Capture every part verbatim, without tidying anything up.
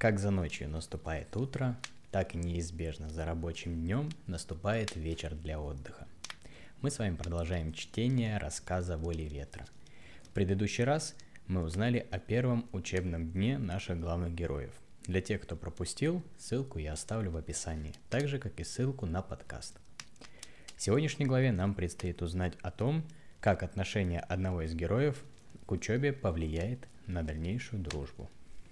Как за ночью наступает утро, так и неизбежно за рабочим днем наступает вечер для отдыха. Мы с вами продолжаем чтение рассказа «Воли ветра». В предыдущий раз мы узнали о первом учебном дне наших главных героев. Для тех, кто пропустил, ссылку я оставлю в описании, так же, как и ссылку на подкаст. В сегодняшней главе нам предстоит узнать о том, как отношение одного из героев к учебе повлияет на дальнейшую дружбу.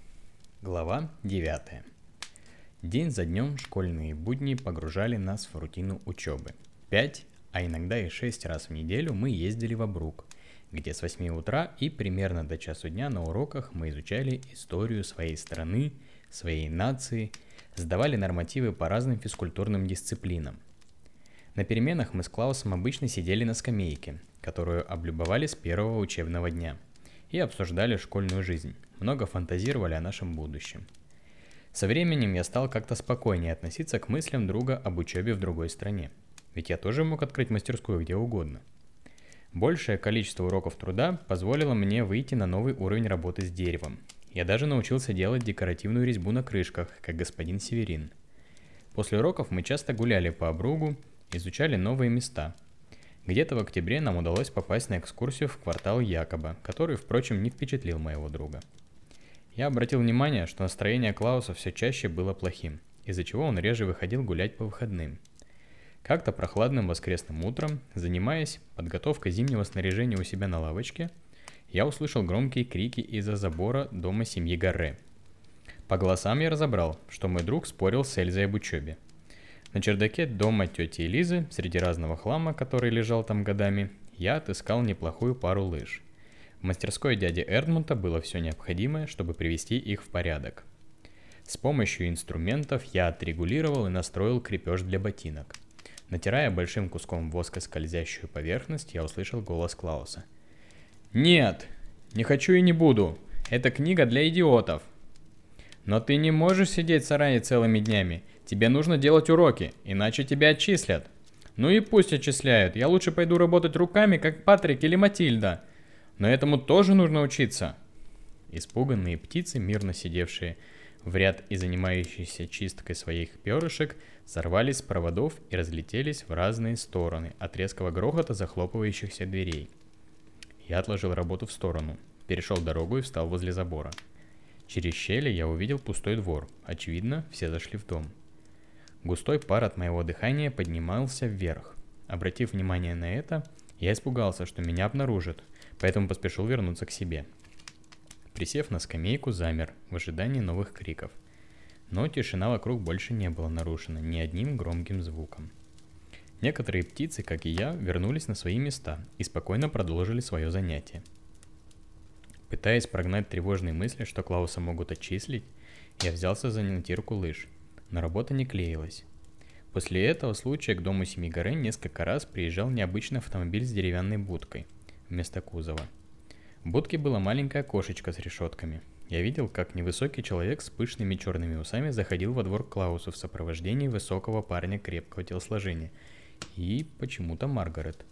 Глава девятая. День за днем школьные будни погружали нас в рутину учебы. Пять, а иногда и шесть раз в неделю мы ездили в Абрук, где с восьми утра и примерно до часу дня на уроках мы изучали историю своей страны, своей нации, сдавали нормативы по разным физкультурным дисциплинам. На переменах мы с Клаусом обычно сидели на скамейке, которую облюбовали с первого учебного дня, и обсуждали школьную жизнь, много фантазировали о нашем будущем. Со временем я стал как-то спокойнее относиться к мыслям друга об учебе в другой стране, ведь я тоже мог открыть мастерскую где угодно. Большее количество уроков труда позволило мне выйти на новый уровень работы с деревом. Я даже научился делать декоративную резьбу на крышках, как господин Северин. После уроков мы часто гуляли по Абругу, изучали новые места. Где-то в октябре нам удалось попасть на экскурсию в квартал Якоба, который, впрочем, не впечатлил моего друга. Я обратил внимание, что настроение Клауса все чаще было плохим, из-за чего он реже выходил гулять по выходным. Как-то прохладным воскресным утром, занимаясь подготовкой зимнего снаряжения у себя на лавочке, я услышал громкие крики из-за забора дома семьи Гарре. По голосам я разобрал, что мой друг спорил с Эльзой об учебе. На чердаке дома тети Элизы, среди разного хлама, который лежал там годами, я отыскал неплохую пару лыж. В мастерской дяди Эрдмунта было все необходимое, чтобы привести их в порядок. С помощью инструментов я отрегулировал и настроил крепеж для ботинок. Натирая большим куском воска скользящую поверхность, я услышал голос Клауса. «Нет, не хочу и не буду. Это книга для идиотов». «Но ты не можешь сидеть в сарае целыми днями. Тебе нужно делать уроки, иначе тебя отчислят». «Ну и пусть отчисляют. Я лучше пойду работать руками, как Патрик или Матильда. Но этому тоже нужно учиться». Испуганные птицы, мирно сидевшие в ряд и занимающиеся чисткой своих перышек, сорвались с проводов и разлетелись в разные стороны от резкого грохота захлопывающихся дверей. Я отложил работу в сторону, перешел дорогу и встал возле забора. Через щели я увидел пустой двор. Очевидно, все зашли в дом. Густой пар от моего дыхания поднимался вверх. Обратив внимание на это, я испугался, что меня обнаружат, поэтому поспешил вернуться к себе. Присев на скамейку, замер в ожидании новых криков. Но тишина вокруг больше не была нарушена ни одним громким звуком. Некоторые птицы, как и я, вернулись на свои места и спокойно продолжили свое занятие. Пытаясь прогнать тревожные мысли, что Клауса могут отчислить, я взялся за натирку лыж, но работа не клеилась. После этого случая к дому семьи Гарре несколько раз приезжал необычный автомобиль с деревянной будкой вместо кузова. В будке было маленькое окошечко с решетками. Я видел, как невысокий человек с пышными черными усами заходил во двор к Клаусу в сопровождении высокого парня крепкого телосложения и почему-то Маргарет.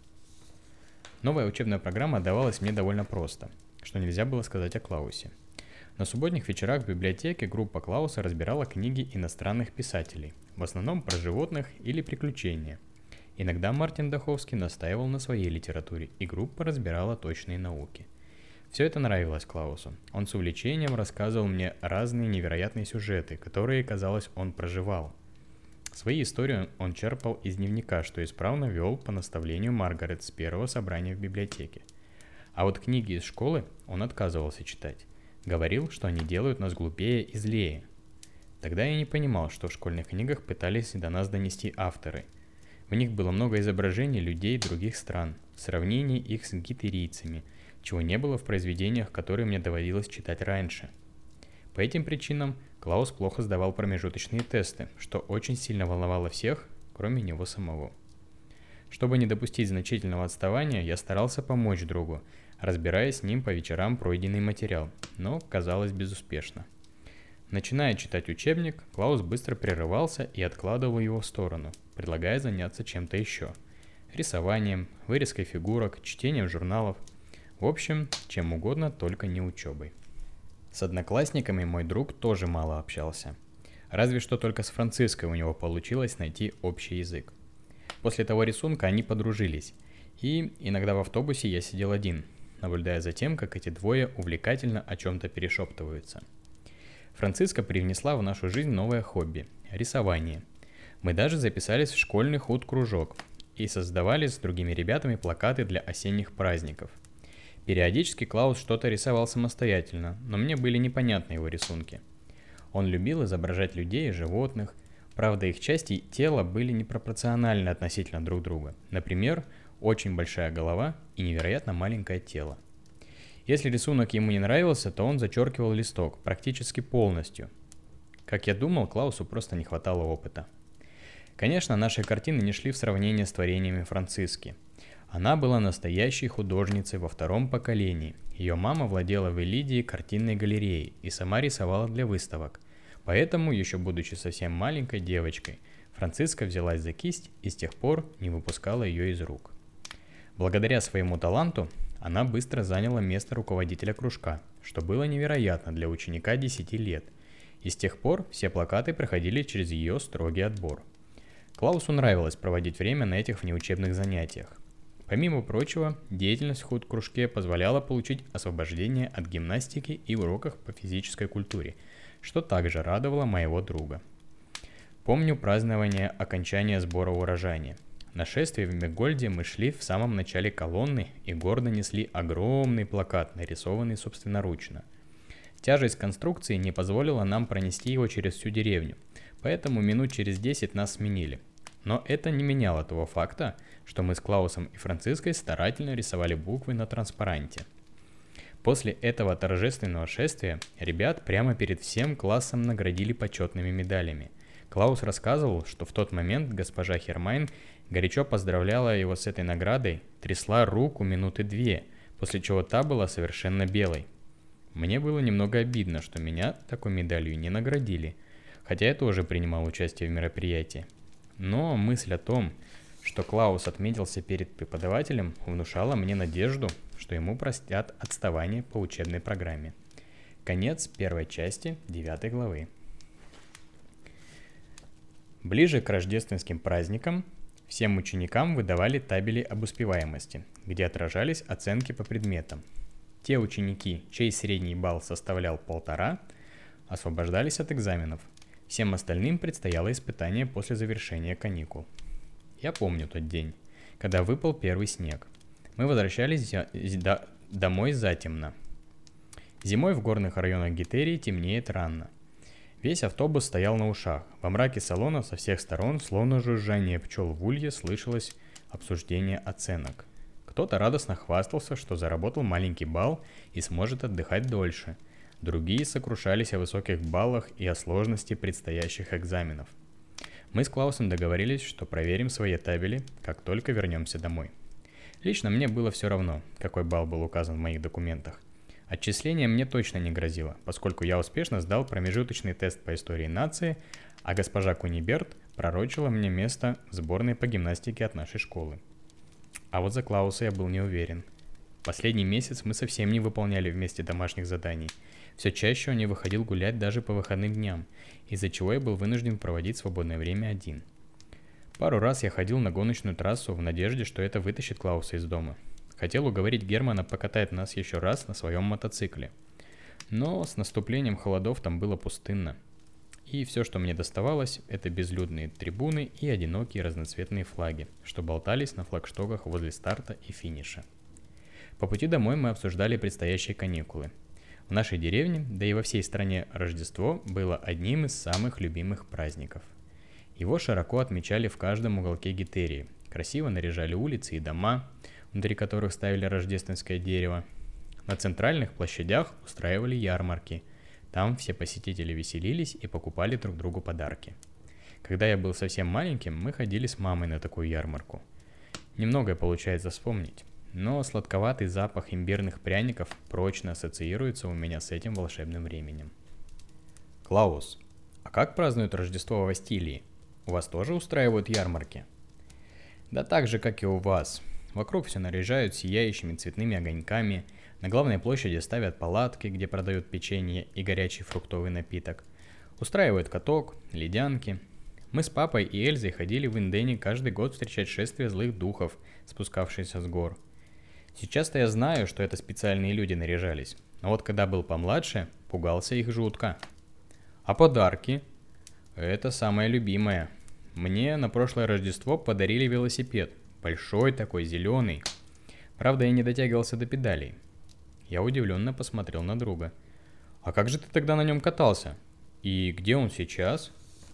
Новая учебная программа давалась мне довольно просто, что нельзя было сказать о Клаусе. На субботних вечерах в библиотеке группа Клауса разбирала книги иностранных писателей, в основном про животных или приключения. Иногда Мартин Даховский настаивал на своей литературе, и группа разбирала точные науки. Все это нравилось Клаусу. Он с увлечением рассказывал мне разные невероятные сюжеты, которые, казалось, он проживал. Свои истории он черпал из дневника, что исправно вел по наставлению Маргарет с первого собрания в библиотеке. А вот книги из школы он отказывался читать. Говорил, что они делают нас глупее и злее. Тогда я не понимал, что в школьных книгах пытались до нас донести авторы. В них было много изображений людей других стран, сравнений их с гитерийцами, чего не было в произведениях, которые мне доводилось читать раньше. По этим причинам Клаус плохо сдавал промежуточные тесты, что очень сильно волновало всех, кроме него самого. Чтобы не допустить значительного отставания, я старался помочь другу, разбирая с ним по вечерам пройденный материал, но казалось безуспешно. Начиная читать учебник, Клаус быстро прерывался и откладывал его в сторону, предлагая заняться чем-то еще. Рисованием, вырезкой фигурок, чтением журналов. В общем, чем угодно, только не учебой. С одноклассниками мой друг тоже мало общался. Разве что только с Франциской у него получилось найти общий язык. После того рисунка они подружились, и иногда в автобусе я сидел один, наблюдая за тем, как эти двое увлекательно о чем-то перешептываются. Франциска привнесла в нашу жизнь новое хобби – рисование. Мы даже записались в школьный худ-кружок и создавали с другими ребятами плакаты для осенних праздников. Периодически Клаус что-то рисовал самостоятельно, но мне были непонятны его рисунки. Он любил изображать людей и животных, правда их части тела были непропорциональны относительно друг друга. Например, очень большая голова и невероятно маленькое тело. Если рисунок ему не нравился, то он зачеркивал листок практически полностью. Как я думал, Клаусу просто не хватало опыта. Конечно, наши картины не шли в сравнение с творениями Франциски. Она была настоящей художницей во втором поколении. Ее мама владела в Элидии картинной галереей и сама рисовала для выставок. Поэтому, еще будучи совсем маленькой девочкой, Франциска взялась за кисть и с тех пор не выпускала ее из рук. Благодаря своему таланту она быстро заняла место руководителя кружка, что было невероятно для ученика десяти лет. И с тех пор все плакаты проходили через ее строгий отбор. Клаусу нравилось проводить время на этих внеучебных занятиях. Помимо прочего, деятельность в худ-кружке позволяла получить освобождение от гимнастики и уроков по физической культуре, что также радовало моего друга. Помню празднование окончания сбора урожая. На шествие в Мегольде мы шли в самом начале колонны и гордо несли огромный плакат, нарисованный собственноручно. Тяжесть конструкции не позволила нам пронести его через всю деревню, поэтому минут через десять нас сменили. Но это не меняло того факта, что мы с Клаусом и Франциской старательно рисовали буквы на транспаранте. После этого торжественного шествия ребят прямо перед всем классом наградили почетными медалями. Клаус рассказывал, что в тот момент госпожа Хермайн горячо поздравляла его с этой наградой, трясла руку минуты две, после чего та была совершенно белой. Мне было немного обидно, что меня такой медалью не наградили, хотя я тоже принимал участие в мероприятии. Но мысль о том, что Клаус отметился перед преподавателем, внушала мне надежду, что ему простят отставание по учебной программе. Конец первой части девятой главы. Ближе к рождественским праздникам всем ученикам выдавали табели об успеваемости, где отражались оценки по предметам. Те ученики, чей средний балл составлял полтора, освобождались от экзаменов. Всем остальным предстояло испытание после завершения каникул. Я помню тот день, когда выпал первый снег. Мы возвращались до- домой затемно. Зимой в горных районах Гетерии темнеет рано. Весь автобус стоял на ушах. Во мраке салона со всех сторон, словно жужжание пчел в улье, слышалось обсуждение оценок. Кто-то радостно хвастался, что заработал маленький балл и сможет отдыхать дольше. Другие сокрушались о высоких баллах и о сложности предстоящих экзаменов. Мы с Клаусом договорились, что проверим свои табели, как только вернемся домой. Лично мне было все равно, какой балл был указан в моих документах. Отчисление мне точно не грозило, поскольку я успешно сдал промежуточный тест по истории нации, а госпожа Куниберт пророчила мне место в сборной по гимнастике от нашей школы. А вот за Клауса я был не уверен. Последний месяц мы совсем не выполняли вместе домашних заданий. Все чаще он не выходил гулять даже по выходным дням, из-за чего я был вынужден проводить свободное время один. Пару раз я ходил на гоночную трассу в надежде, что это вытащит Клауса из дома. Хотел уговорить Германа покатать нас еще раз на своем мотоцикле. Но с наступлением холодов там было пустынно. И все, что мне доставалось, это безлюдные трибуны и одинокие разноцветные флаги, что болтались на флагштоках возле старта и финиша. По пути домой мы обсуждали предстоящие каникулы. В нашей деревне, да и во всей стране, Рождество было одним из самых любимых праздников. Его широко отмечали в каждом уголке Гетерии, красиво наряжали улицы и дома, внутри которых ставили рождественское дерево. На центральных площадях устраивали ярмарки. Там все посетители веселились и покупали друг другу подарки. Когда я был совсем маленьким, мы ходили с мамой на такую ярмарку. Немногое получается вспомнить, но сладковатый запах имбирных пряников прочно ассоциируется у меня с этим волшебным временем. Клаус, а как празднуют Рождество в Астилии? У вас тоже устраивают ярмарки? Да так же, как и у вас. Вокруг все наряжают сияющими цветными огоньками, На главной площади ставят палатки, где продают печенье и горячий фруктовый напиток. Устраивают каток, ледянки. Мы с папой и Эльзой ходили в Индене каждый год встречать шествие злых духов, спускавшиеся с гор. Сейчас-то я знаю, что это специальные люди наряжались, но вот когда был помладше, пугался их жутко. А подарки? Это самое любимое. Мне на прошлое Рождество подарили велосипед. Большой такой, зеленый. Правда, я не дотягивался до педалей. Я удивленно посмотрел на друга. А как же ты тогда на нем катался? И где он сейчас?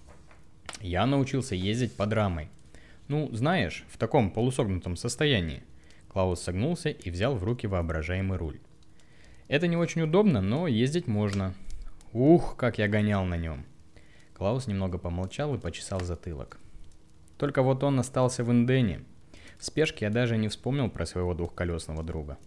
Я научился ездить под рамой. Ну, знаешь, в таком полусогнутом состоянии. Клаус согнулся и взял в руки воображаемый руль. Это не очень удобно, но ездить можно. Ух, как я гонял на нем. Клаус немного помолчал и почесал затылок. Только вот он остался в Индене. В спешке я даже не вспомнил про своего двухколесного друга.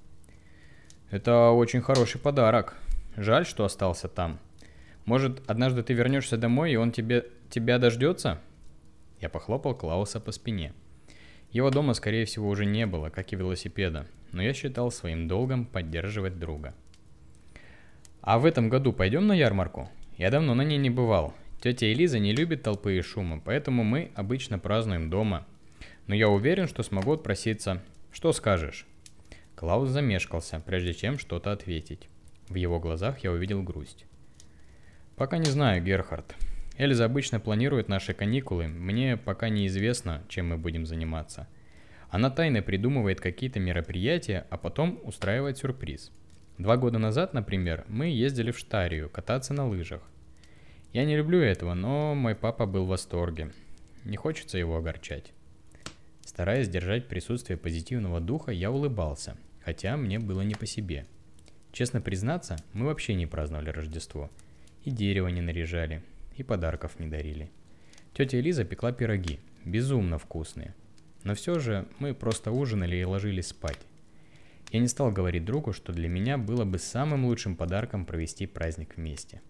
Это очень хороший подарок. Жаль, что остался там. Может, однажды ты вернешься домой, и он тебе, тебя дождется? Я похлопал Клауса по спине. Его дома, скорее всего, уже не было, как и велосипеда, но я считал своим долгом поддерживать друга. А в этом году пойдем на ярмарку? Я давно на ней не бывал. Тетя Элиза не любит толпы и шума, поэтому мы обычно празднуем дома. Но я уверен, что смогу отпроситься. Что скажешь? Клаус замешкался, прежде чем что-то ответить. В его глазах я увидел грусть. Пока не знаю, Герхард. Эльза обычно планирует наши каникулы, мне пока неизвестно, чем мы будем заниматься. Она тайно придумывает какие-то мероприятия, а потом устраивает сюрприз. Два года назад, например, мы ездили в Штарию кататься на лыжах. Я не люблю этого, но мой папа был в восторге. Не хочется его огорчать. Стараясь держать присутствие позитивного духа, я улыбался, хотя мне было не по себе. Честно признаться, мы вообще не праздновали Рождество. И дерево не наряжали, и подарков не дарили. Тетя Элиза пекла пироги, безумно вкусные. Но все же мы просто ужинали и ложились спать. Я не стал говорить другу, что для меня было бы самым лучшим подарком провести праздник вместе.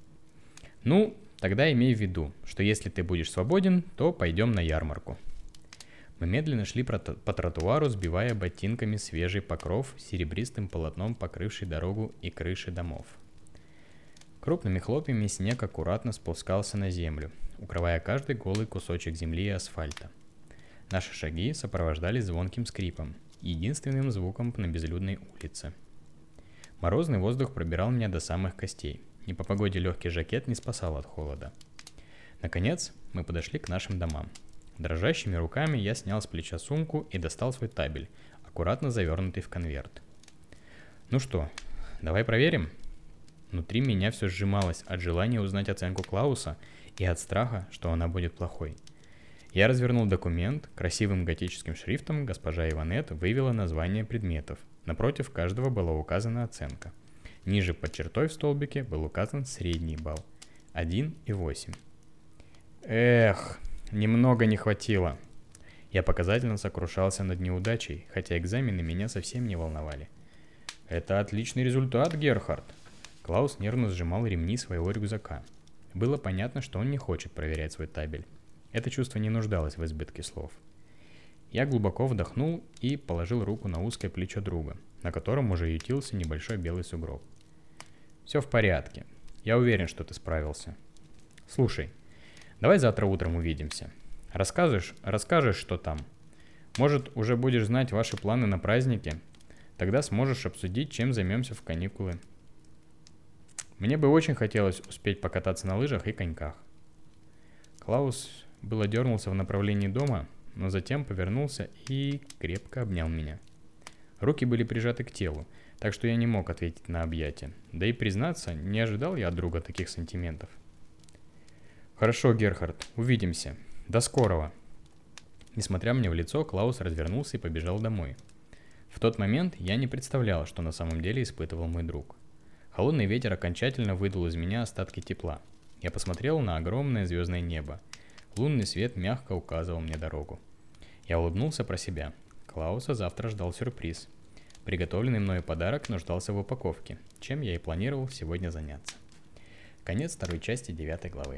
Ну, тогда имей в виду, что если ты будешь свободен, то пойдем на ярмарку. Мы медленно шли по тротуару, сбивая ботинками свежий покров, серебристым полотном покрывший дорогу и крыши домов. Крупными хлопьями снег аккуратно спускался на землю, укрывая каждый голый кусочек земли и асфальта. Наши шаги сопровождались звонким скрипом, единственным звуком на безлюдной улице. Морозный воздух пробирал меня до самых костей. Ни по погоде легкий жакет не спасал от холода. Наконец, мы подошли к нашим домам. Дрожащими руками я снял с плеча сумку и достал свой табель, аккуратно завернутый в конверт. Ну что, давай проверим? Внутри меня все сжималось от желания узнать оценку Клауса и от страха, что она будет плохой. Я развернул документ, красивым готическим шрифтом госпожа Иванет вывела название предметов. Напротив каждого была указана оценка. Ниже под чертой в столбике был указан средний балл – один и восемь. Эх, немного не хватило. Я показательно сокрушался над неудачей, хотя экзамены меня совсем не волновали. Это отличный результат, Герхард. Клаус нервно сжимал ремни своего рюкзака. Было понятно, что он не хочет проверять свой табель. Это чувство не нуждалось в избытке слов. Я глубоко вдохнул и положил руку на узкое плечо друга, на котором уже ютился небольшой белый сугроб. Все в порядке. Я уверен, что ты справился. Слушай, давай завтра утром увидимся. Расскажешь, расскажешь, что там. Может, уже будешь знать ваши планы на праздники? Тогда сможешь обсудить, чем займемся в каникулы. Мне бы очень хотелось успеть покататься на лыжах и коньках. Клаус было дернулся в направлении дома, но затем повернулся и крепко обнял меня. Руки были прижаты к телу, так что я не мог ответить на объятие. Да и признаться, не ожидал я от друга таких сантиментов. Хорошо, Герхард, увидимся. До скорого. Несмотря мне в лицо, Клаус развернулся и побежал домой. В тот момент я не представлял, что на самом деле испытывал мой друг. Холодный ветер окончательно выдул из меня остатки тепла. Я посмотрел на огромное звездное небо. Лунный свет мягко указывал мне дорогу. Я улыбнулся про себя. Клауса завтра ждал сюрприз. Приготовленный мною подарок нуждался в упаковке, чем я и планировал сегодня заняться. Конец второй части девятой главы.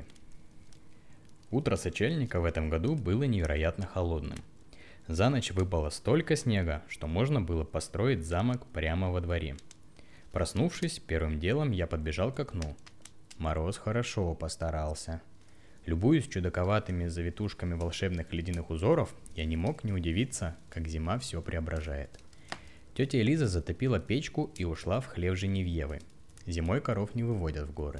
Утро сочельника в этом году было невероятно холодным. За ночь выпало столько снега, что можно было построить замок прямо во дворе. Проснувшись, первым делом я подбежал к окну. Мороз хорошо постарался. Любуясь чудаковатыми завитушками волшебных ледяных узоров, я не мог не удивиться, как зима все преображает. Тетя Элиза затопила печку и ушла в хлев Женевьевы. Зимой коров не выводят в горы.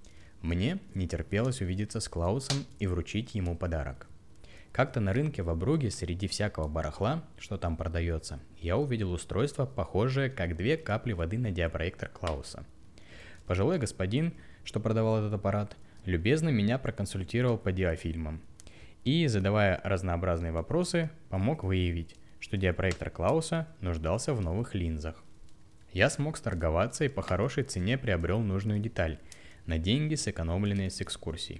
Мне не терпелось увидеться с Клаусом и вручить ему подарок. Как-то на рынке в Обруге среди всякого барахла, что там продается, я увидел устройство, похожее как две капли воды на диапроектор Клауса. Пожилой господин, что продавал этот аппарат, любезно меня проконсультировал по диафильмам и, задавая разнообразные вопросы, помог выявить, что диапроектор Клауса нуждался в новых линзах. Я смог сторговаться и по хорошей цене приобрел нужную деталь на деньги, сэкономленные с экскурсий.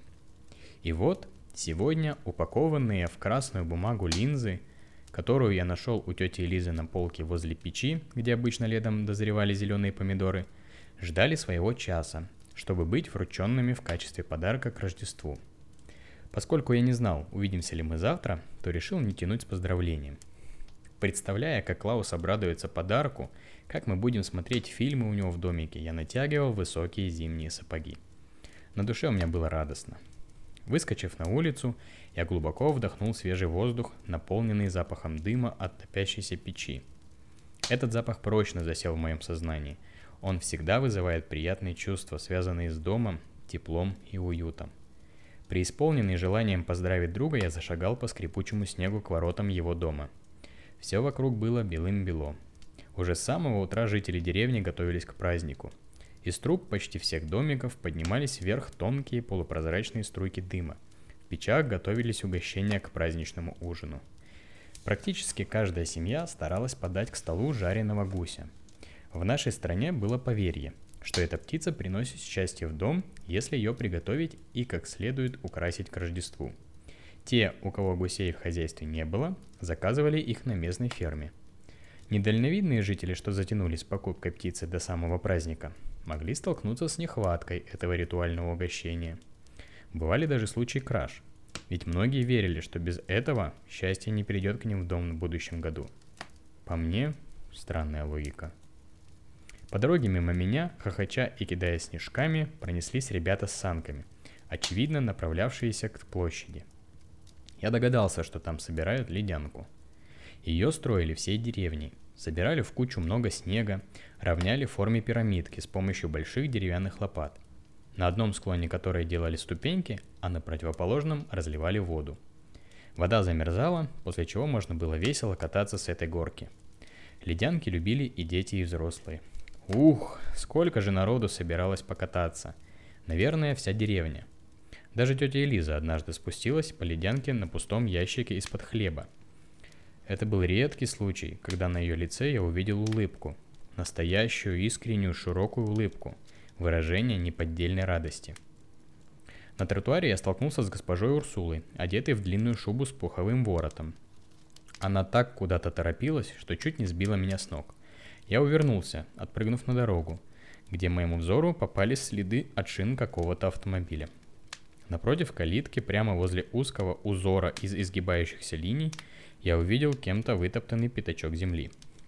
И вот сегодня упакованные в красную бумагу линзы, которую я нашел у тети Элизы на полке возле печи, где обычно летом дозревали зеленые помидоры, ждали своего часа, чтобы быть врученными в качестве подарка к Рождеству. Поскольку я не знал, увидимся ли мы завтра, то решил не тянуть с поздравлением. Представляя, как Клаус обрадуется подарку, как мы будем смотреть фильмы у него в домике, я натягивал высокие зимние сапоги. На душе у меня было радостно. Выскочив на улицу, я глубоко вдохнул свежий воздух, наполненный запахом дыма от топящейся печи. Этот запах прочно засел в моем сознании. Он всегда вызывает приятные чувства, связанные с домом, теплом и уютом. Преисполненный желанием поздравить друга, я зашагал по скрипучему снегу к воротам его дома. Все вокруг было белым-бело. Уже с самого утра жители деревни готовились к празднику. Из труб почти всех домиков поднимались вверх тонкие полупрозрачные струйки дыма. В печах готовились угощения к праздничному ужину. Практически каждая семья старалась подать к столу жареного гуся. В нашей стране было поверье, что эта птица приносит счастье в дом, если ее приготовить и как следует украсить к Рождеству. Те, у кого гусей в хозяйстве не было, заказывали их на местной ферме. Недальновидные жители, что затянулись с покупкой птицы до самого праздника, могли столкнуться с нехваткой этого ритуального угощения. Бывали даже случаи краж, ведь многие верили, что без этого счастье не придет к ним в дом в будущем году. По мне, странная логика. По дороге мимо меня, хохоча и кидая снежками, пронеслись ребята с санками, очевидно направлявшиеся к площади. Я догадался, что там собирают ледянку. Ее строили всей деревней, собирали в кучу много снега, равняли в форме пирамидки с помощью больших деревянных лопат, на одном склоне которой делали ступеньки, а на противоположном разливали воду. Вода замерзала, после чего можно было весело кататься с этой горки. Ледянки любили и дети, и взрослые. Ух, сколько же народу собиралось покататься. Наверное, вся деревня. Даже тетя Элиза однажды спустилась по ледянке на пустом ящике из-под хлеба. Это был редкий случай, когда на ее лице я увидел улыбку. Настоящую, искреннюю, широкую улыбку. Выражение неподдельной радости. На тротуаре я столкнулся с госпожой Урсулой, одетой в длинную шубу с пуховым воротом. Она так куда-то торопилась, что чуть не сбила меня с ног. Я увернулся, отпрыгнув на дорогу, где моему взору попались следы от шин какого-то автомобиля. Напротив калитки, прямо возле узкого узора из изгибающихся линий, я увидел кем-то вытоптанный пятачок земли.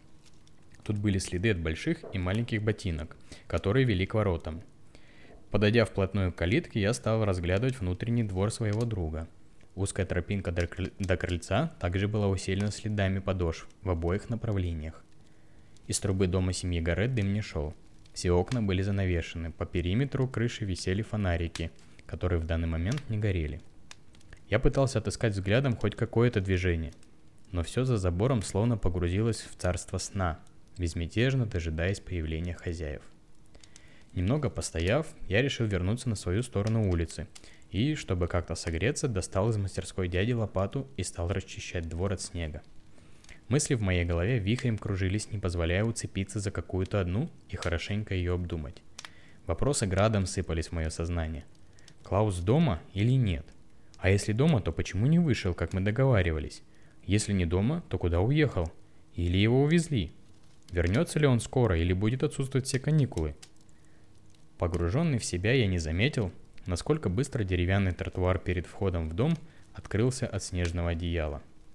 Тут были следы от больших и маленьких ботинок, которые вели к воротам. Подойдя вплотную к калитке, я стал разглядывать внутренний двор своего друга. Узкая тропинка до, крыль... до крыльца также была усеяна следами подошв в обоих направлениях. Из трубы дома семьи Гарет дым не шел. Все окна были занавешены, по периметру крыши висели фонарики, которые в данный момент не горели. Я пытался отыскать взглядом хоть какое-то движение, но все за забором словно погрузилось в царство сна, безмятежно дожидаясь появления хозяев. Немного постояв, я решил вернуться на свою сторону улицы и, чтобы как-то согреться, достал из мастерской дяди лопату и стал расчищать двор от снега. Мысли в моей голове вихрем кружились, не позволяя уцепиться за какую-то одну и хорошенько ее обдумать. Вопросы градом сыпались в мое сознание. Клаус дома или нет? А если дома, то почему не вышел, как мы договаривались? Если не дома, то куда уехал? Или его увезли? Вернется ли он скоро или будет отсутствовать все каникулы? Погруженный в себя, я не заметил, насколько быстро деревянный тротуар перед входом в дом открылся от снежного одеяла.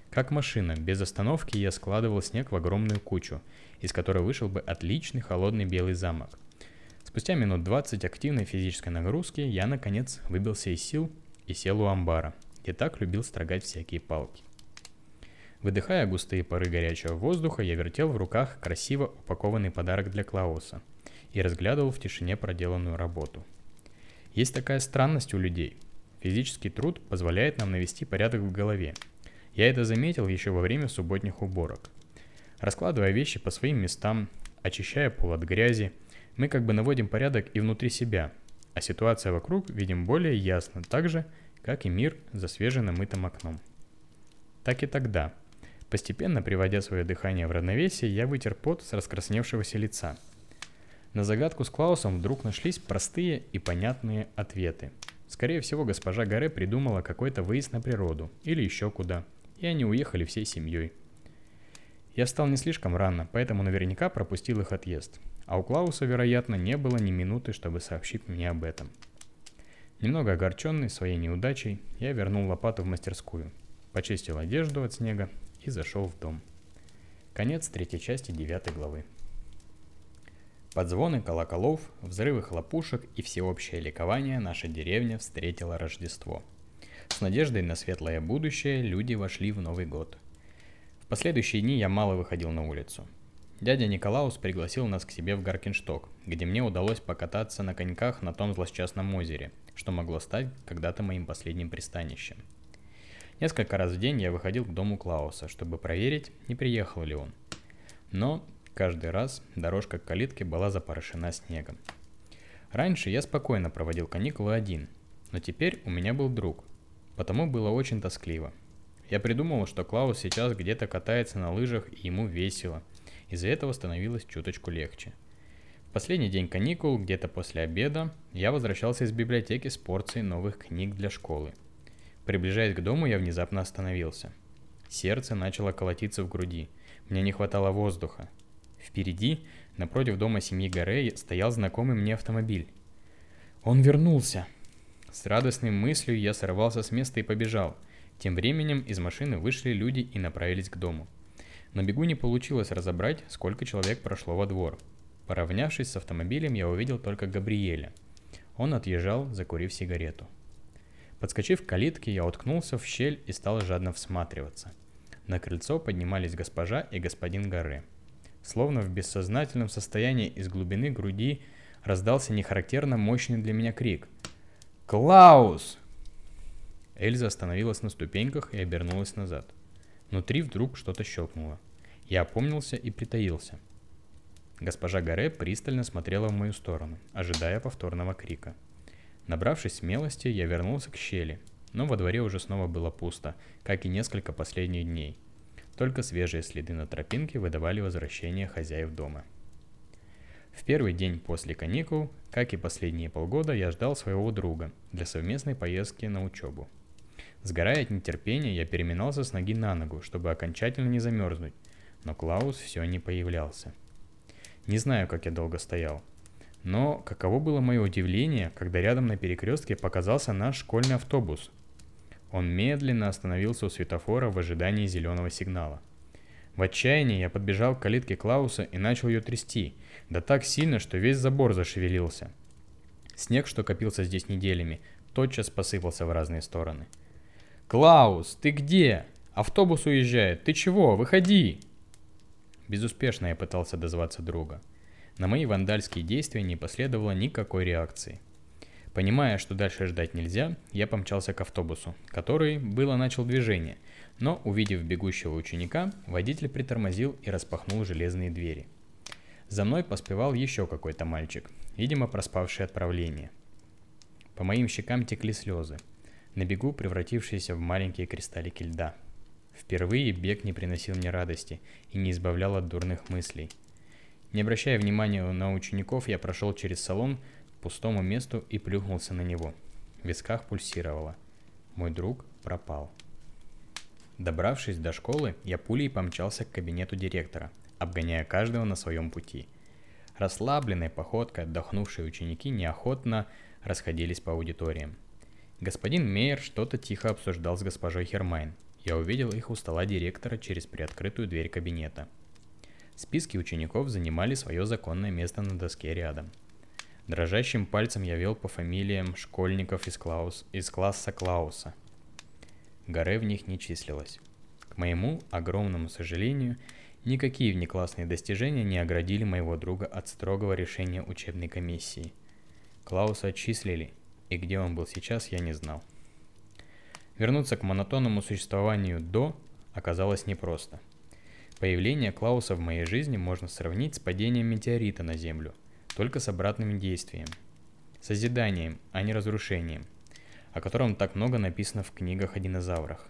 Как машина, без остановки я складывал снег в огромную кучу, из которой вышел бы отличный холодный белый замок. Спустя минут двадцать активной физической нагрузки я, наконец, выбился из сил и сел у амбара, где так любил строгать всякие палки. Выдыхая густые пары горячего воздуха, я вертел в руках красиво упакованный подарок для Клауса и разглядывал в тишине проделанную работу. Есть такая странность у людей. Физический труд позволяет нам навести порядок в голове. Я это заметил еще во время субботних уборок. Раскладывая вещи по своим местам, очищая пол от грязи, мы как бы наводим порядок и внутри себя, а ситуация вокруг видим более ясно, так же, как и мир за свеженамытым окном. Так и тогда, постепенно приводя свое дыхание в равновесие, я вытер пот с раскрасневшегося лица. На загадку с Клаусом вдруг нашлись простые и понятные ответы. Скорее всего, госпожа Гаре придумала какой-то выезд на природу или еще куда, и они уехали всей семьей. Я встал не слишком рано, поэтому наверняка пропустил их отъезд. А у Клауса, вероятно, не было ни минуты, чтобы сообщить мне об этом. Немного огорченный своей неудачей, я вернул лопату в мастерскую, почистил одежду от снега и зашел в дом. Конец третьей части девятой главы. Под звоны колоколов, взрывы хлопушек и всеобщее ликование наша деревня встретила Рождество. С надеждой на светлое будущее люди вошли в Новый год. В последующие дни я мало выходил на улицу. Дядя Николаус пригласил нас к себе в Гаркиншток, где мне удалось покататься на коньках на том злосчастном озере, что могло стать когда-то моим последним пристанищем. Несколько раз в день я выходил к дому Клауса, чтобы проверить, не приехал ли он. Но каждый раз дорожка к калитке была запорошена снегом. Раньше я спокойно проводил каникулы один, но теперь у меня был друг, потому было очень тоскливо. Я придумал, что Клаус сейчас где-то катается на лыжах и ему весело. Из-за этого становилось чуточку легче. В последний день каникул, где-то после обеда, я возвращался из библиотеки с порцией новых книг для школы. Приближаясь к дому, я внезапно остановился. Сердце начало колотиться в груди. Мне не хватало воздуха. Впереди, напротив дома семьи Гаре, стоял знакомый мне автомобиль. Он вернулся! С радостной мыслью я сорвался с места и побежал. Тем временем из машины вышли люди и направились к дому. На бегу не получилось разобрать, сколько человек прошло во двор. Поравнявшись с автомобилем, я увидел только Габриэля. Он отъезжал, закурив сигарету. Подскочив к калитке, я уткнулся в щель и стал жадно всматриваться. На крыльцо поднимались госпожа и господин Гаре. Словно в бессознательном состоянии из глубины груди раздался нехарактерно мощный для меня крик. «Клаус!» Эльза остановилась на ступеньках и обернулась назад. Внутри вдруг что-то щелкнуло. Я опомнился и притаился. Госпожа Гаре пристально смотрела в мою сторону, ожидая повторного крика. Набравшись смелости, я вернулся к щели, но во дворе уже снова было пусто, как и несколько последних дней. Только свежие следы на тропинке выдавали возвращение хозяев дома. В первый день после каникул, как и последние полгода, я ждал своего друга для совместной поездки на учебу. Сгорая от нетерпения, я переминался с ноги на ногу, чтобы окончательно не замерзнуть, но Клаус все не появлялся. Не знаю, как я долго стоял, но каково было мое удивление, когда рядом на перекрестке показался наш школьный автобус. Он медленно остановился у светофора в ожидании зеленого сигнала. В отчаянии я подбежал к калитке Клауса и начал ее трясти, да так сильно, что весь забор зашевелился. Снег, что копился здесь неделями, тотчас посыпался в разные стороны. «Клаус, ты где? Автобус уезжает, ты чего? Выходи!» Безуспешно я пытался дозваться друга. На мои вандальские действия не последовало никакой реакции. Понимая, что дальше ждать нельзя, я помчался к автобусу, который было начал движение, но, увидев бегущего ученика, водитель притормозил и распахнул железные двери. За мной поспевал еще какой-то мальчик, видимо, проспавший отправление. По моим щекам текли слезы, на бегу превратившиеся в маленькие кристаллики льда. Впервые бег не приносил мне радости и не избавлял от дурных мыслей. Не обращая внимания на учеников, я прошел через салон к пустому месту и плюхнулся на него. В висках пульсировало. Мой друг пропал. Добравшись до школы, я пулей помчался к кабинету директора, обгоняя каждого на своем пути. Расслабленной походкой отдохнувшие ученики неохотно расходились по аудиториям. Господин Мейер что-то тихо обсуждал с госпожой Хермайн. я увидел их у стола директора через приоткрытую дверь кабинета. Списки учеников занимали свое законное место на доске рядом. Дрожащим пальцем я вел по фамилиям школьников из, Клаус, из класса Клауса. Гаре в них не числилось. К моему огромному сожалению, никакие внеклассные достижения не оградили моего друга от строгого решения учебной комиссии. Клауса отчислили, и где он был сейчас, я не знал. Вернуться к монотонному существованию до оказалось непросто. Появление Клауса в моей жизни можно сравнить с падением метеорита на Землю, только с обратным действием. Созиданием, а не разрушением, о котором так много написано в книгах о динозаврах.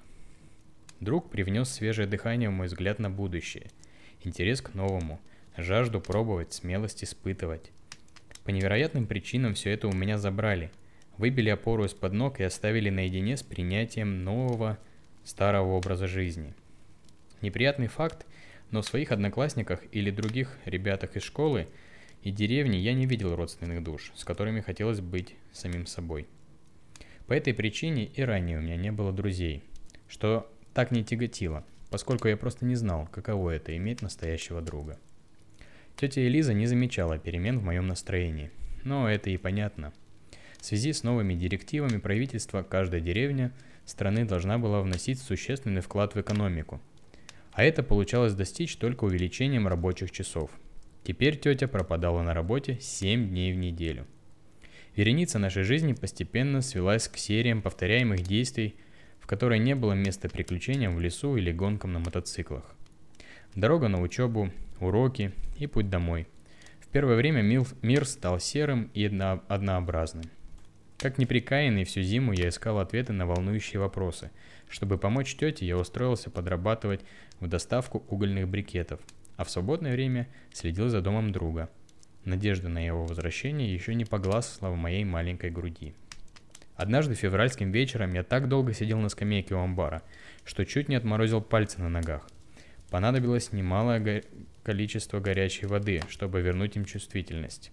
Друг привнес свежее дыхание в мой взгляд на будущее, интерес к новому, жажду пробовать, смелость испытывать. По невероятным причинам все это у меня забрали, выбили опору из-под ног и оставили наедине с принятием нового, старого образа жизни. Неприятный факт, но в своих одноклассниках или других ребятах из школы и деревни я не видел родственных душ, с которыми хотелось быть самим собой. По этой причине и ранее у меня не было друзей, что так не тяготило, поскольку я просто не знал, каково это иметь настоящего друга. Тетя Элиза не замечала перемен в моем настроении, но это и понятно. В связи с новыми директивами правительства каждая деревня страны должна была вносить существенный вклад в экономику, а это получалось достичь только увеличением рабочих часов. Теперь тетя пропадала на работе семь дней в неделю. Вереница нашей жизни постепенно свелась к сериям повторяемых действий, в которой не было места приключениям в лесу или гонкам на мотоциклах. Дорога на учебу, уроки и путь домой. В первое время мир стал серым и однообразным. Как непрекаянный всю зиму я искал ответы на волнующие вопросы. Чтобы помочь тете, я устроился подрабатывать в доставку угольных брикетов, а в свободное время следил за домом друга. Надежда на его возвращение еще не погасла в моей маленькой груди. Однажды февральским вечером я так долго сидел на скамейке у амбара, что чуть не отморозил пальцы на ногах. Понадобилось немалое го- количество горячей воды, чтобы вернуть им чувствительность.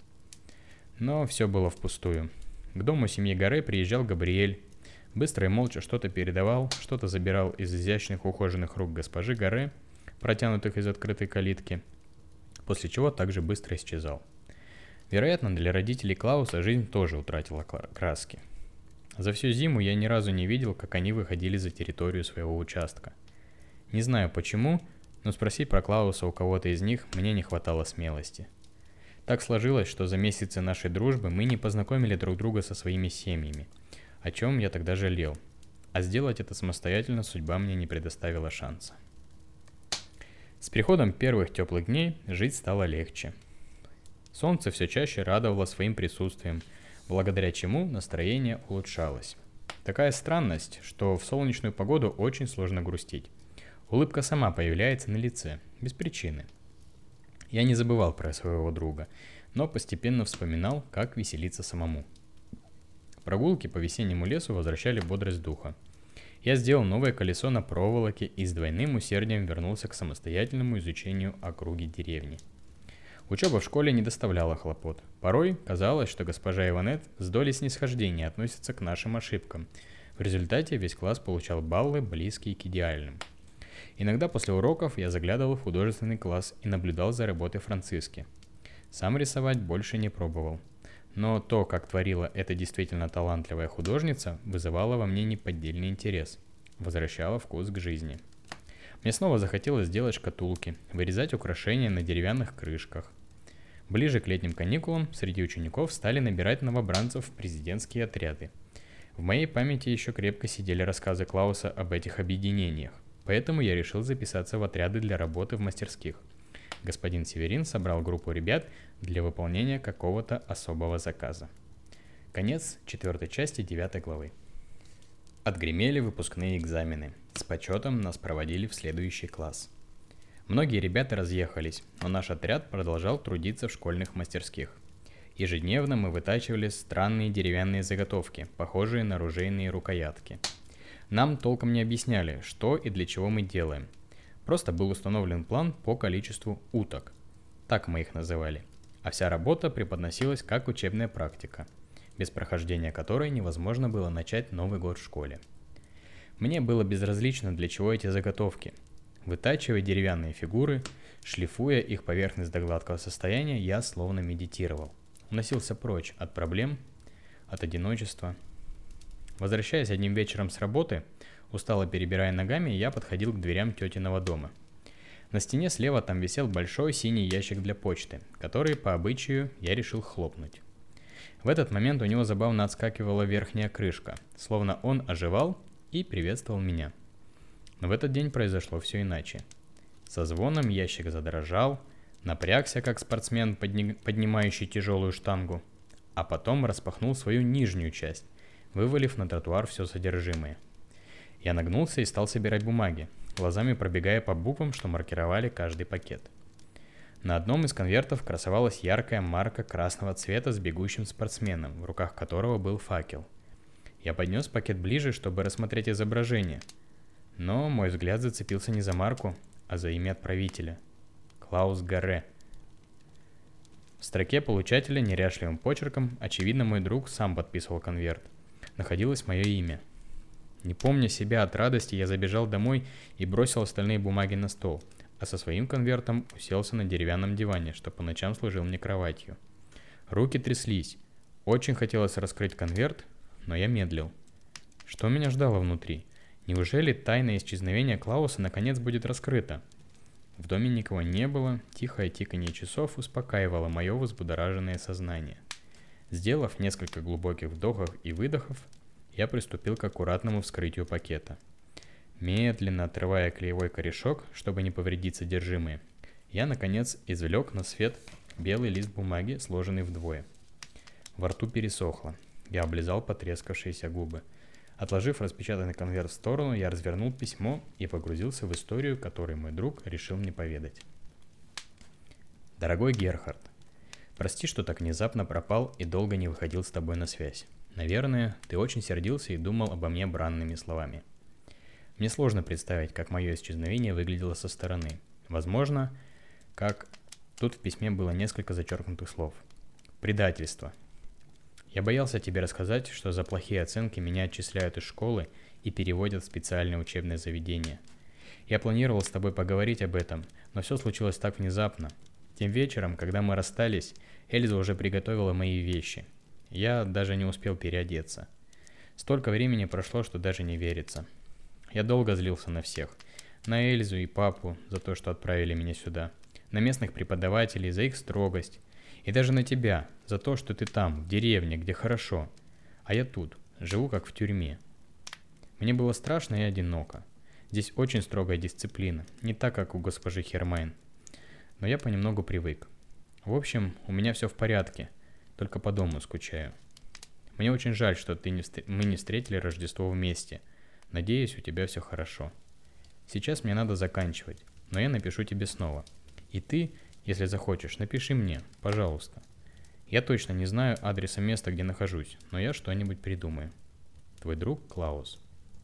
Но все было впустую. К дому семьи Гаре приезжал Габриэль. Быстро и молча что-то передавал, что-то забирал из изящных ухоженных рук госпожи Гаре, протянутых из открытой калитки, после чего также быстро исчезал. Вероятно, для родителей Клауса жизнь тоже утратила краски. За всю зиму я ни разу не видел, как они выходили за территорию своего участка. Не знаю почему, но спросить про Клауса у кого-то из них мне не хватало смелости. Так сложилось, что за месяцы нашей дружбы мы не познакомили друг друга со своими семьями, о чем я тогда жалел, а сделать это самостоятельно судьба мне не предоставила шанса. С приходом первых теплых дней жить стало легче. Солнце все чаще радовало своим присутствием, благодаря чему настроение улучшалось. Такая странность, что в солнечную погоду очень сложно грустить. Улыбка сама появляется на лице, без причины. Я не забывал про своего друга, но постепенно вспоминал, как веселиться самому. Прогулки по весеннему лесу возвращали бодрость духа. Я сделал новое колесо на проволоке и с двойным усердием вернулся к самостоятельному изучению округи деревни. Учеба в школе не доставляла хлопот. Порой казалось, что госпожа Иванет с долей снисхождения относится к нашим ошибкам. В результате весь класс получал баллы, близкие к идеальным. Иногда после уроков я заглядывал в художественный класс и наблюдал за работой Франциски. Сам рисовать больше не пробовал. Но то, как творила эта действительно талантливая художница, вызывало во мне неподдельный интерес, возвращало вкус к жизни. Мне снова захотелось делать шкатулки, вырезать украшения на деревянных крышках. Ближе к летним каникулам среди учеников стали набирать новобранцев в президентские отряды. В моей памяти еще крепко сидели рассказы Клауса об этих объединениях, поэтому я решил записаться в отряды для работы в мастерских. Господин Северин собрал группу ребят для выполнения какого-то особого заказа. Конец четвертой части девятой главы. Отгремели выпускные экзамены. С почетом нас проводили в следующий класс. Многие ребята разъехались, но наш отряд продолжал трудиться в школьных мастерских. Ежедневно мы вытачивали странные деревянные заготовки, похожие на ружейные рукоятки. Нам толком не объясняли, что и для чего мы делаем. Просто был установлен план по количеству уток. Так мы их называли. А вся работа преподносилась как учебная практика, без прохождения которой невозможно было начать Новый год в школе. Мне было безразлично, для чего эти заготовки. Вытачивая деревянные фигуры, шлифуя их поверхность до гладкого состояния, я словно медитировал. Уносился прочь от проблем, от одиночества. Возвращаясь одним вечером с работы, устало перебирая ногами, я подходил к дверям тетиного дома. На стене слева там висел большой синий ящик для почты, который, по обычаю, я решил хлопнуть. В этот момент у него забавно отскакивала верхняя крышка, словно он оживал и приветствовал меня. Но в этот день произошло все иначе. Со звоном ящик задрожал, напрягся, как спортсмен, подни... поднимающий тяжелую штангу, а потом распахнул свою нижнюю часть, вывалив на тротуар все содержимое. Я нагнулся и стал собирать бумаги, глазами пробегая по буквам, что маркировали каждый пакет. На одном из конвертов красовалась яркая марка красного цвета с бегущим спортсменом, в руках которого был факел. Я поднес пакет ближе, чтобы рассмотреть изображение, но мой взгляд зацепился не за марку, а за имя отправителя – Клаус Гарре. В строке получателя неряшливым почерком, очевидно, мой друг сам подписывал конверт, находилось мое имя. Не помня себя от радости, я забежал домой и бросил остальные бумаги на стол, а со своим конвертом уселся на деревянном диване, что по ночам служил мне кроватью. Руки тряслись. Очень хотелось раскрыть конверт, но я медлил. Что меня ждало внутри? Неужели тайна исчезновения Клауса наконец будет раскрыта? В доме никого не было, тихое тиканье часов успокаивало мое взбудораженное сознание. Сделав несколько глубоких вдохов и выдохов, я приступил к аккуратному вскрытию пакета. Медленно отрывая клеевой корешок, чтобы не повредить содержимое, я, наконец, извлек на свет белый лист бумаги, сложенный вдвое. Во рту пересохло. Я облизал потрескавшиеся губы. Отложив распечатанный конверт в сторону, я развернул письмо и погрузился в историю, которую мой друг решил мне поведать. Дорогой Герхард, прости, что так внезапно пропал и долго не выходил с тобой на связь. Наверное, ты очень сердился и думал обо мне бранными словами. Мне сложно представить, как мое исчезновение выглядело со стороны. Возможно, как тут в письме было несколько зачеркнутых слов. Предательство. Я боялся тебе рассказать, что за плохие оценки меня отчисляют из школы и переводят в специальное учебное заведение. Я планировал с тобой поговорить об этом, но все случилось так внезапно. Тем вечером, когда мы расстались, Эльза уже приготовила мои вещи. Я даже не успел переодеться. Столько времени прошло, что даже не верится. Я долго злился на всех. На Эльзу и папу за то, что отправили меня сюда. На местных преподавателей за их строгость. И даже на тебя за то, что ты там, в деревне, где хорошо. А я тут, живу как в тюрьме. Мне было страшно и одиноко. Здесь очень строгая дисциплина, не так, как у госпожи Хермайн. Но я понемногу привык. В общем, у меня все в порядке. Только по дому скучаю. Мне очень жаль, что ты не встр... мы не встретили Рождество вместе. Надеюсь, у тебя все хорошо. Сейчас мне надо заканчивать, но я напишу тебе снова. И ты, если захочешь, напиши мне, пожалуйста. Я точно не знаю адреса места, где нахожусь, но я что-нибудь придумаю. Твой друг Клаус.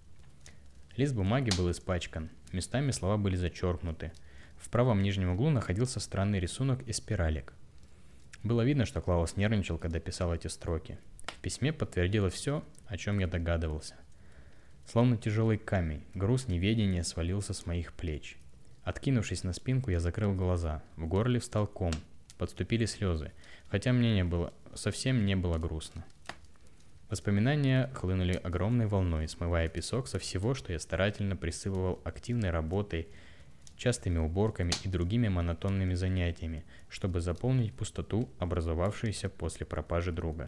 Лист бумаги был испачкан, местами слова были зачеркнуты. В правом нижнем углу находился странный рисунок из спиралек. Было видно, что Клаус нервничал, когда писал эти строки. В письме подтвердилось все, о чем я догадывался. Словно тяжелый камень, груз неведения свалился с моих плеч. Откинувшись на спинку, я закрыл глаза, в горле встал ком, подступили слезы, хотя мне не было, совсем не было грустно. Воспоминания хлынули огромной волной, смывая песок со всего, что я старательно присыпывал активной работой, частыми уборками и другими монотонными занятиями, чтобы заполнить пустоту, образовавшуюся после пропажи друга.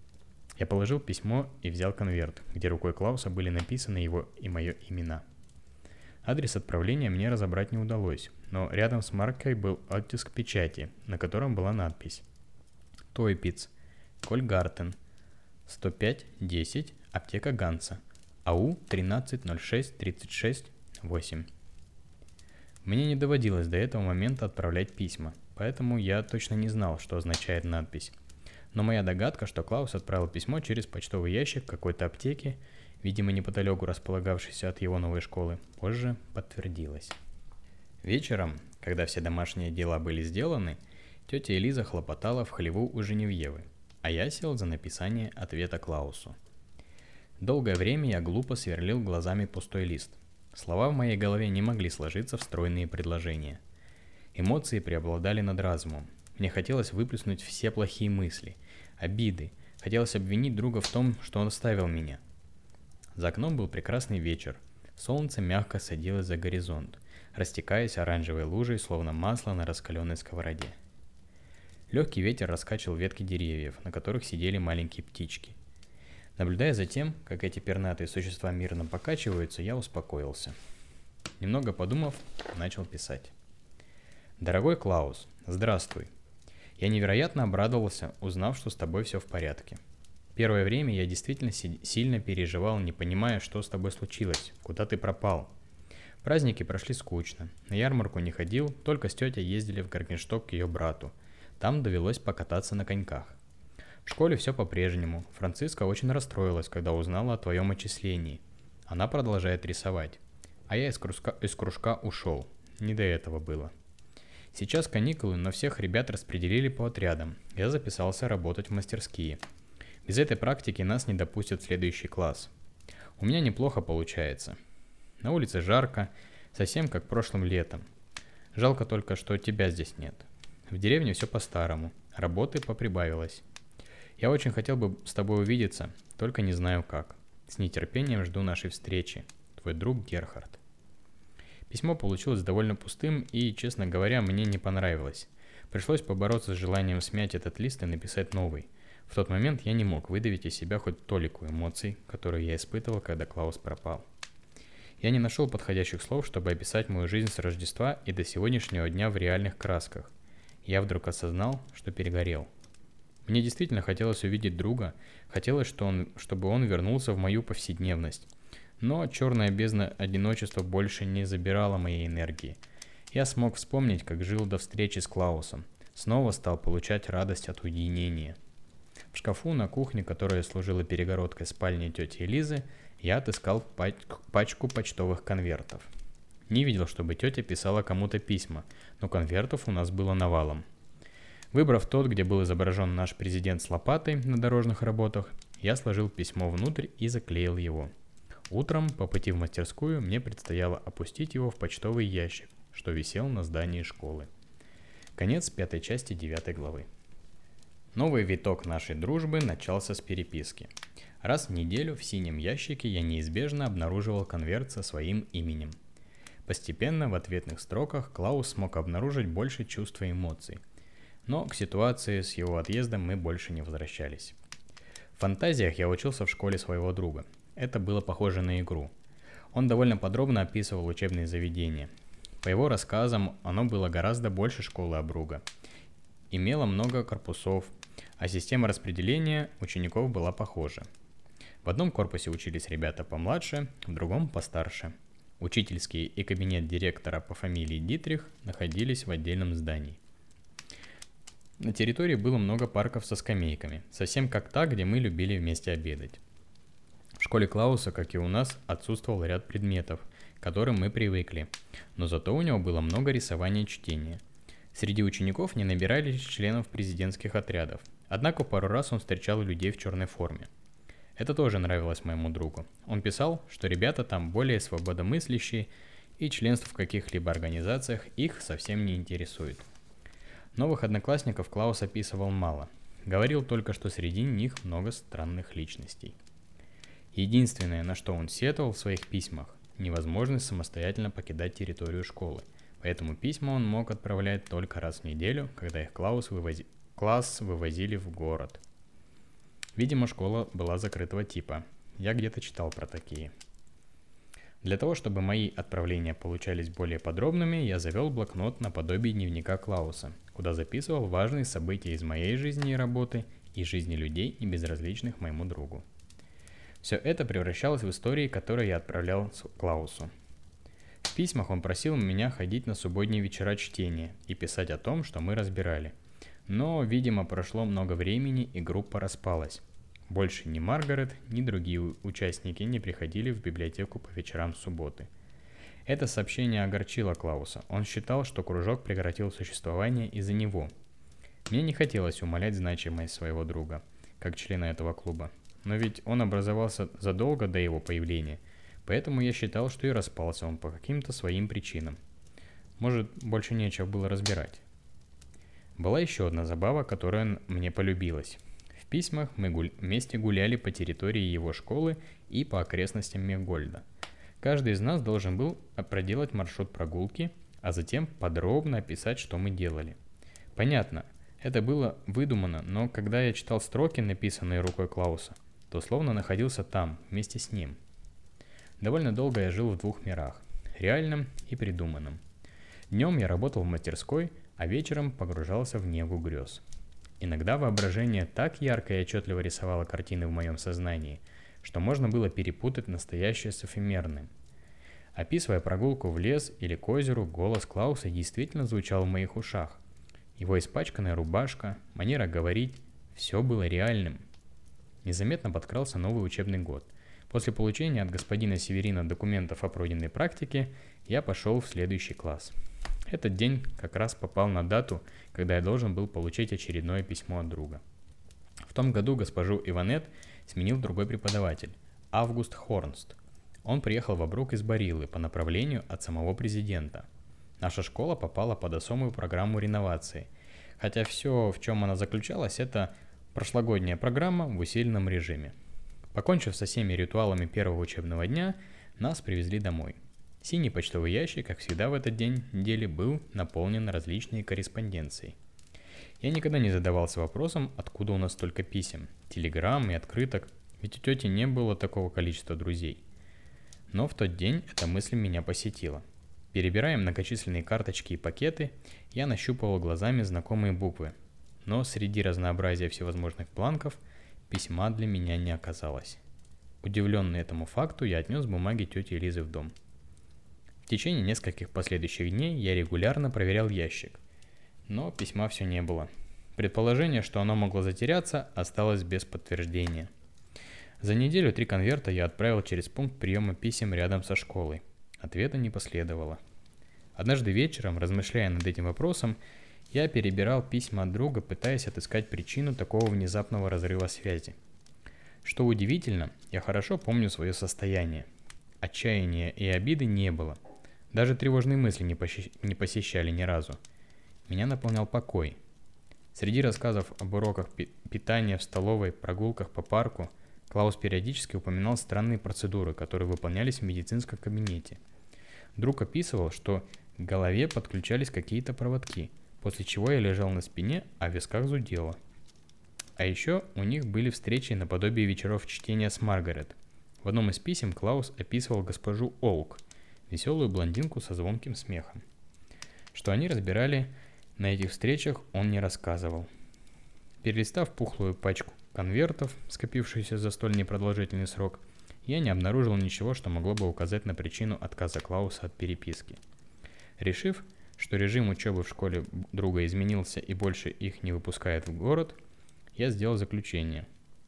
Я положил письмо и взял конверт, где рукой Клауса были написаны его и мое имена. Адрес отправления мне разобрать не удалось, но рядом с маркой был оттиск печати, на котором была надпись «Тойпиц, Кольгартен, сто пять десять, аптека Ганса, АУ тринадцать ноль шесть тридцать шесть восемь». Мне не доводилось до этого момента отправлять письма, поэтому я точно не знал, что означает надпись. Но моя догадка, что Клаус отправил письмо через почтовый ящик какой-то аптеки, видимо неподалеку располагавшейся от его новой школы, позже подтвердилась. Вечером, когда все домашние дела были сделаны, тетя Элиза хлопотала в хлеву у Женевьевы, а я сел за написание ответа Клаусу. Долгое время я глупо сверлил глазами пустой лист. Слова в моей голове не могли сложиться в стройные предложения. Эмоции преобладали над разумом. Мне хотелось выплеснуть все плохие мысли, обиды. Хотелось обвинить друга в том, что он оставил меня. За окном был прекрасный вечер. Солнце мягко садилось за горизонт, растекаясь оранжевой лужей, словно масло на раскаленной сковороде. Легкий ветер раскачивал ветки деревьев, на которых сидели маленькие птички. Наблюдая за тем, как эти пернатые существа мирно покачиваются, я успокоился. Немного подумав, начал писать. «Дорогой Клаус, здравствуй. Я невероятно обрадовался, узнав, что с тобой все в порядке. Первое время я действительно си- сильно переживал, не понимая, что с тобой случилось, куда ты пропал. Праздники прошли скучно, на ярмарку не ходил, только с тетей ездили в Гаргеншток к ее брату. Там довелось покататься на коньках. В школе все по-прежнему. Франциска очень расстроилась, когда узнала о твоем отчислении. Она продолжает рисовать. А я из кружка, из кружка ушел. Не до этого было. Сейчас каникулы, но всех ребят распределили по отрядам. Я записался работать в мастерские. Без этой практики нас не допустят в следующий класс. У меня неплохо получается. На улице жарко, совсем как прошлым летом. Жалко только, что тебя здесь нет. В деревне все по-старому, работы поприбавилось. Я очень хотел бы с тобой увидеться, только не знаю как. С нетерпением жду нашей встречи. Твой друг Герхард». Письмо получилось довольно пустым и, честно говоря, мне не понравилось. Пришлось побороться с желанием смять этот лист и написать новый. В тот момент я не мог выдавить из себя хоть толику эмоций, которые я испытывал, когда Клаус пропал. Я не нашел подходящих слов, чтобы описать мою жизнь с Рождества и до сегодняшнего дня в реальных красках. Я вдруг осознал, что перегорел. Мне действительно хотелось увидеть друга, хотелось, что он, чтобы он вернулся в мою повседневность. Но черная бездна одиночества больше не забирала моей энергии. Я смог вспомнить, как жил до встречи с Клаусом. Снова стал получать радость от уединения. В шкафу на кухне, которая служила перегородкой спальни тети Элизы, я отыскал пачку, пачку почтовых конвертов. Не видел, чтобы тетя писала кому-то письма, но конвертов у нас было навалом. Выбрав тот, где был изображен наш президент с лопатой на дорожных работах, я сложил письмо внутрь и заклеил его. Утром, по пути в мастерскую, мне предстояло опустить его в почтовый ящик, что висел на здании школы. Конец пятой части девятой главы. Новый виток нашей дружбы начался с переписки. Раз в неделю в синем ящике я неизбежно обнаруживал конверт со своим именем. Постепенно в ответных строках Клаус смог обнаружить больше чувств и эмоций. Но к ситуации с его отъездом мы больше не возвращались. В фантазиях я учился в школе своего друга. Это было похоже на игру. Он довольно подробно описывал учебные заведения. По его рассказам, оно было гораздо больше школы Абруга. Имело много корпусов, а система распределения учеников была похожа. В одном корпусе учились ребята помладше, в другом постарше. Учительский и кабинет директора по фамилии Дитрих находились в отдельном здании. На территории было много парков со скамейками, совсем как та, где мы любили вместе обедать. В школе Клауса, как и у нас, отсутствовал ряд предметов, к которым мы привыкли, но зато у него было много рисования и чтения. Среди учеников не набирались членов президентских отрядов, однако пару раз он встречал людей в черной форме. Это тоже нравилось моему другу. Он писал, что ребята там более свободомыслящие и членство в каких-либо организациях их совсем не интересует. Новых одноклассников Клаус описывал мало, говорил только, что среди них много странных личностей. Единственное, на что он сетовал в своих письмах, невозможность самостоятельно покидать территорию школы, поэтому письма он мог отправлять только раз в неделю, когда их Клаус вывози... класс вывозили в город. Видимо, школа была закрытого типа, я где-то читал про такие. Для того, чтобы мои отправления получались более подробными, я завел блокнот наподобие дневника Клауса, куда записывал важные события из моей жизни и работы и жизни людей, не безразличных моему другу. Все это превращалось в истории, которые я отправлял Клаусу. В письмах он просил меня ходить на субботние вечера чтения и писать о том, что мы разбирали. Но, видимо, прошло много времени, и группа распалась. Больше ни Маргарет, ни другие участники не приходили в библиотеку по вечерам субботы. Это сообщение огорчило Клауса. Он считал, что кружок прекратил существование из-за него. Мне не хотелось умалять значимость своего друга, как члена этого клуба. но ведь он образовался задолго до его появления, поэтому я считал, что и распался он по каким-то своим причинам. Может, больше нечего было разбирать. Была еще одна забава, которая мне полюбилась. В письмах мы гуль... вместе гуляли по территории его школы и по окрестностям Меггольда. Каждый из нас должен был проделать маршрут прогулки, а затем подробно описать, что мы делали. Понятно, это было выдумано, но когда я читал строки, написанные рукой Клауса, то словно находился там, вместе с ним. Довольно долго я жил в двух мирах – реальном и придуманном. Днем я работал в мастерской, а вечером погружался в негу грез. Иногда воображение так ярко и отчетливо рисовало картины в моем сознании, что можно было перепутать настоящее с эфемерным. Описывая прогулку в лес или к озеру, голос Клауса действительно звучал в моих ушах. Его испачканная рубашка, манера говорить – все было реальным. Незаметно подкрался новый учебный год. После получения от господина Северина документов о пройденной практике, я пошел в следующий класс. Этот день как раз попал на дату, когда я должен был получить очередное письмо от друга. В том году госпожу Иванет сменил другой преподаватель – Август Хорнст. Он приехал в Обрук из Бариллы по направлению от самого президента. Наша школа попала под особую программу реновации, хотя все, в чем она заключалась, это прошлогодняя программа в усиленном режиме. Покончив со всеми ритуалами первого учебного дня, нас привезли домой. Синий почтовый ящик, как всегда в этот день недели, был наполнен различной корреспонденцией. Я никогда не задавался вопросом, откуда у нас столько писем, телеграмм и открыток, ведь у тети не было такого количества друзей. Но в тот день эта мысль меня посетила. Перебирая многочисленные карточки и пакеты, я нащупывал глазами знакомые буквы, но среди разнообразия всевозможных бланков письма для меня не оказалось. Удивленный этому факту, я отнес бумаги тети Лизы в дом. В течение нескольких последующих дней я регулярно проверял ящик, но письма все не было. Предположение, что оно могло затеряться, осталось без подтверждения. За неделю три конверта я отправил через пункт приема писем рядом со школой. Ответа не последовало. Однажды вечером, размышляя над этим вопросом, я перебирал письма от друга, пытаясь отыскать причину такого внезапного разрыва связи. Что удивительно, я хорошо помню свое состояние. Отчаяния и обиды не было. Даже тревожные мысли не, пощ... не посещали ни разу. Меня наполнял покой. Среди рассказов об уроках пи- питания в столовой, прогулках по парку, Клаус периодически упоминал странные процедуры, которые выполнялись в медицинском кабинете. Друг описывал, что к голове подключались какие-то проводки, после чего я лежал на спине, а в висках зудело. А еще у них были встречи наподобие вечеров чтения с Маргарет. В одном из писем Клаус описывал госпожу Олк, веселую блондинку со звонким смехом. Что они разбирали на этих встречах, он не рассказывал. Перелистав пухлую пачку конвертов, скопившуюся за столь непродолжительный срок, я не обнаружил ничего, что могло бы указать на причину отказа Клауса от переписки. Решив, что режим учебы в школе друга изменился и больше их не выпускает в город, я сделал заключение.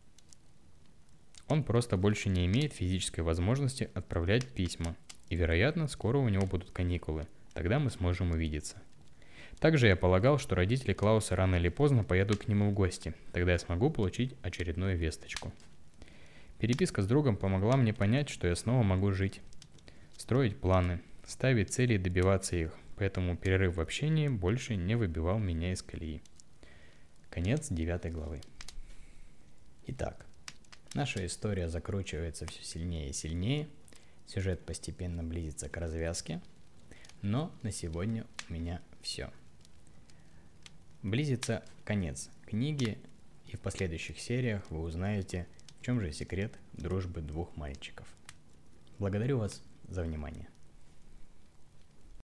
Он просто больше не имеет физической возможности отправлять письма, и, вероятно, скоро у него будут каникулы, тогда мы сможем увидеться. Также я полагал, что родители Клауса рано или поздно поедут к нему в гости, тогда я смогу получить очередную весточку. Переписка с другом помогла мне понять, что я снова могу жить, строить планы, ставить цели и добиваться их, поэтому перерыв в общении больше не выбивал меня из колеи. Конец девятой главы. Итак, наша история закручивается все сильнее и сильнее, сюжет постепенно близится к развязке, но на сегодня у меня все. Близится конец книги, и в последующих сериях вы узнаете, в чем же секрет дружбы двух мальчиков. Благодарю вас за внимание.